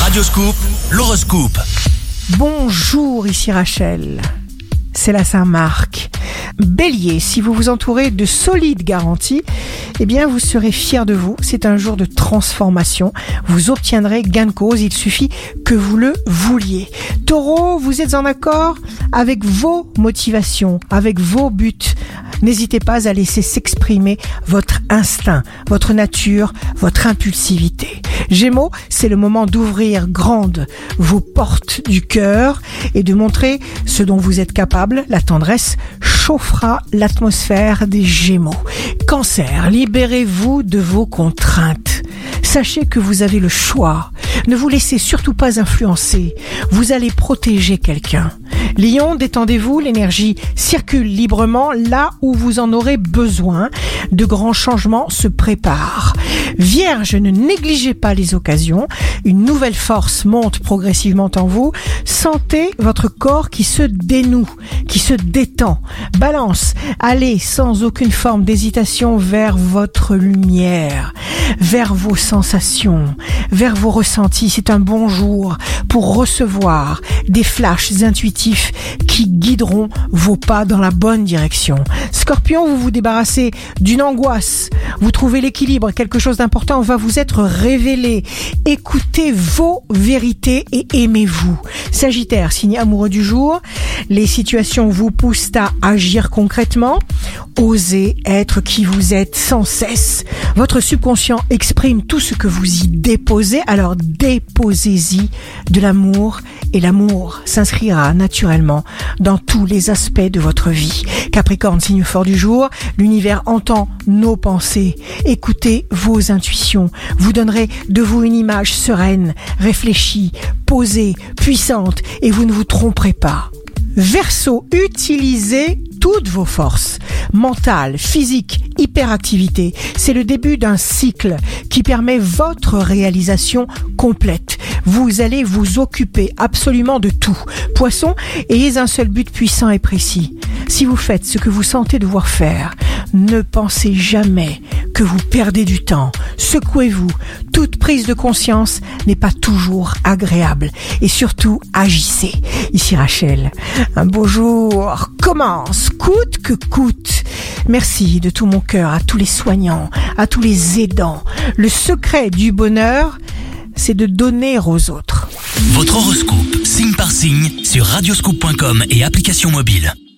Radioscoop, l'horoscope. Bonjour, ici Rachel. C'est la Saint-Marc. Bélier, si vous vous entourez de solides garanties, eh bien vous serez fiers de vous. C'est un jour de transformation. Vous obtiendrez gain de cause. Il suffit que vous le vouliez. Taureau, vous êtes en accord avec vos motivations, avec vos buts. N'hésitez pas à laisser s'exprimer votre instinct, votre nature, votre impulsivité. Gémeaux, c'est le moment d'ouvrir grandes vos portes du cœur et de montrer ce dont vous êtes capable. La tendresse chauffera l'atmosphère des Gémeaux. Cancer, libérez-vous de vos contraintes. Sachez que vous avez le choix. Ne vous laissez surtout pas influencer. Vous allez protéger quelqu'un. Lion, détendez-vous, l'énergie circule librement là où vous en aurez besoin. De grands changements se préparent. Vierge, ne négligez pas les occasions. Une nouvelle force monte progressivement en vous. Sentez votre corps qui se dénoue, qui se détend. Balance, allez sans aucune forme d'hésitation vers votre lumière, vers vos sensations, vers vos ressentis. C'est un bon jour pour recevoir des flashs intuitifs qui guideront vos pas dans la bonne direction. Scorpion, vous vous débarrassez d'une angoisse. Vous trouvez l'équilibre. Quelque chose d'important va vous être révélé. Écoutez vos vérités et aimez-vous. Sagittaire, signe amoureux du jour. Les situations vous poussent à agir concrètement. Osez être qui vous êtes sans cesse. Votre subconscient exprime tout ce que vous y déposez. Alors déposez-y de l'amour et l'amour s'inscrira naturellement dans tous les aspects de votre vie. Capricorne, signe fort du jour. L'univers entend nos pensées. Écoutez vos intuitions. Vous donnerez de vous une image sereine, réfléchie, posée, puissante et vous ne vous tromperez pas. Verseau, utilisez toutes vos forces, mentales, physiques, hyperactivité. C'est le début d'un cycle qui permet votre réalisation complète. Vous allez vous occuper absolument de tout. Poisson, ayez un seul but puissant et précis. Si vous faites ce que vous sentez devoir faire, ne pensez jamais que vous perdez du temps. Secouez-vous. Toute prise de conscience n'est pas toujours agréable. Et surtout, agissez. Ici Rachel, un beau jour commence, coûte que coûte. Merci de tout mon cœur à tous les soignants, à tous les aidants. Le secret du bonheur, c'est de donner aux autres. Votre horoscope, signe par signe, sur radioscoop.com et application mobile.